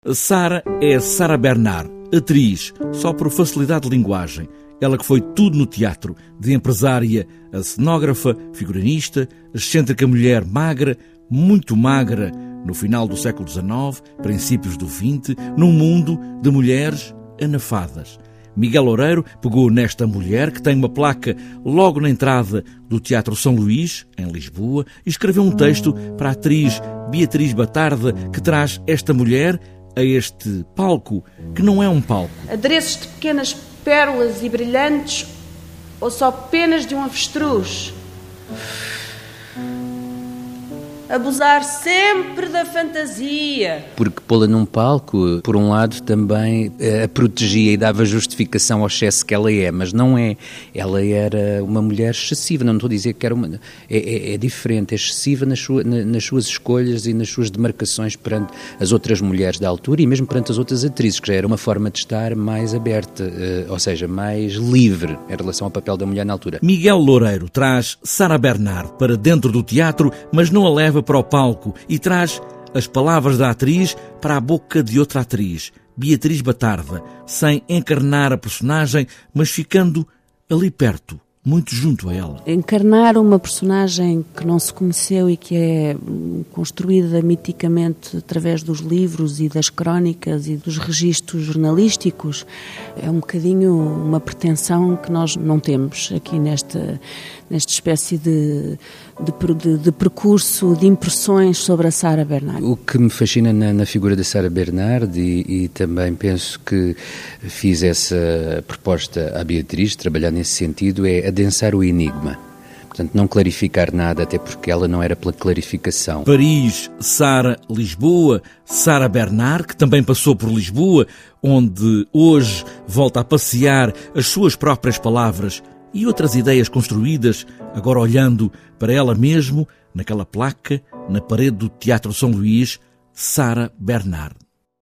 Sara é Sara Bernard, atriz, só por facilidade de linguagem. Ela que foi tudo no teatro, de empresária a cenógrafa, figurinista, excêntrica mulher magra, muito magra, no final do século XIX, princípios do XX, num mundo de mulheres anafadas. Miguel Loureiro pegou nesta mulher, que tem uma placa logo na entrada do Teatro São Luís, em Lisboa, e escreveu um texto para a atriz Beatriz Batarda, que traz esta mulher a este palco, que não é um palco. Adereços de pequenas pérolas e brilhantes, ou só penas de um avestruz? Abusar sempre da fantasia. Porque pô-la num palco, por um lado, também a protegia e dava justificação ao excesso que ela é, mas não é. Ela era uma mulher excessiva, não estou a dizer que era uma... É diferente, é excessiva nas suas escolhas e nas suas demarcações perante as outras mulheres da altura e mesmo perante as outras atrizes, que já era uma forma de estar mais aberta, ou seja, mais livre em relação ao papel da mulher na altura. Miguel Loureiro traz Sara Bernard para dentro do teatro, mas não a leva para o palco e traz as palavras da atriz para a boca de outra atriz, Beatriz Batarda, sem encarnar a personagem, mas ficando ali perto, muito junto a ela. Encarnar uma personagem que não se conheceu e que é construída miticamente através dos livros e das crónicas e dos registros jornalísticos é um bocadinho uma pretensão que nós não temos aqui nesta espécie de percurso, de impressões sobre a Sara Bernard. O que me fascina na figura da Sara Bernard e também penso que fiz essa proposta à Beatriz, trabalhar nesse sentido, é adensar o enigma. Portanto, não clarificar nada, até porque ela não era pela clarificação. Paris, Sara, Lisboa, Sara Bernard, que também passou por Lisboa, onde hoje volta a passear as suas próprias palavras e outras ideias construídas, agora olhando para ela mesmo, naquela placa, na parede do Teatro São Luís, Sara Bernard.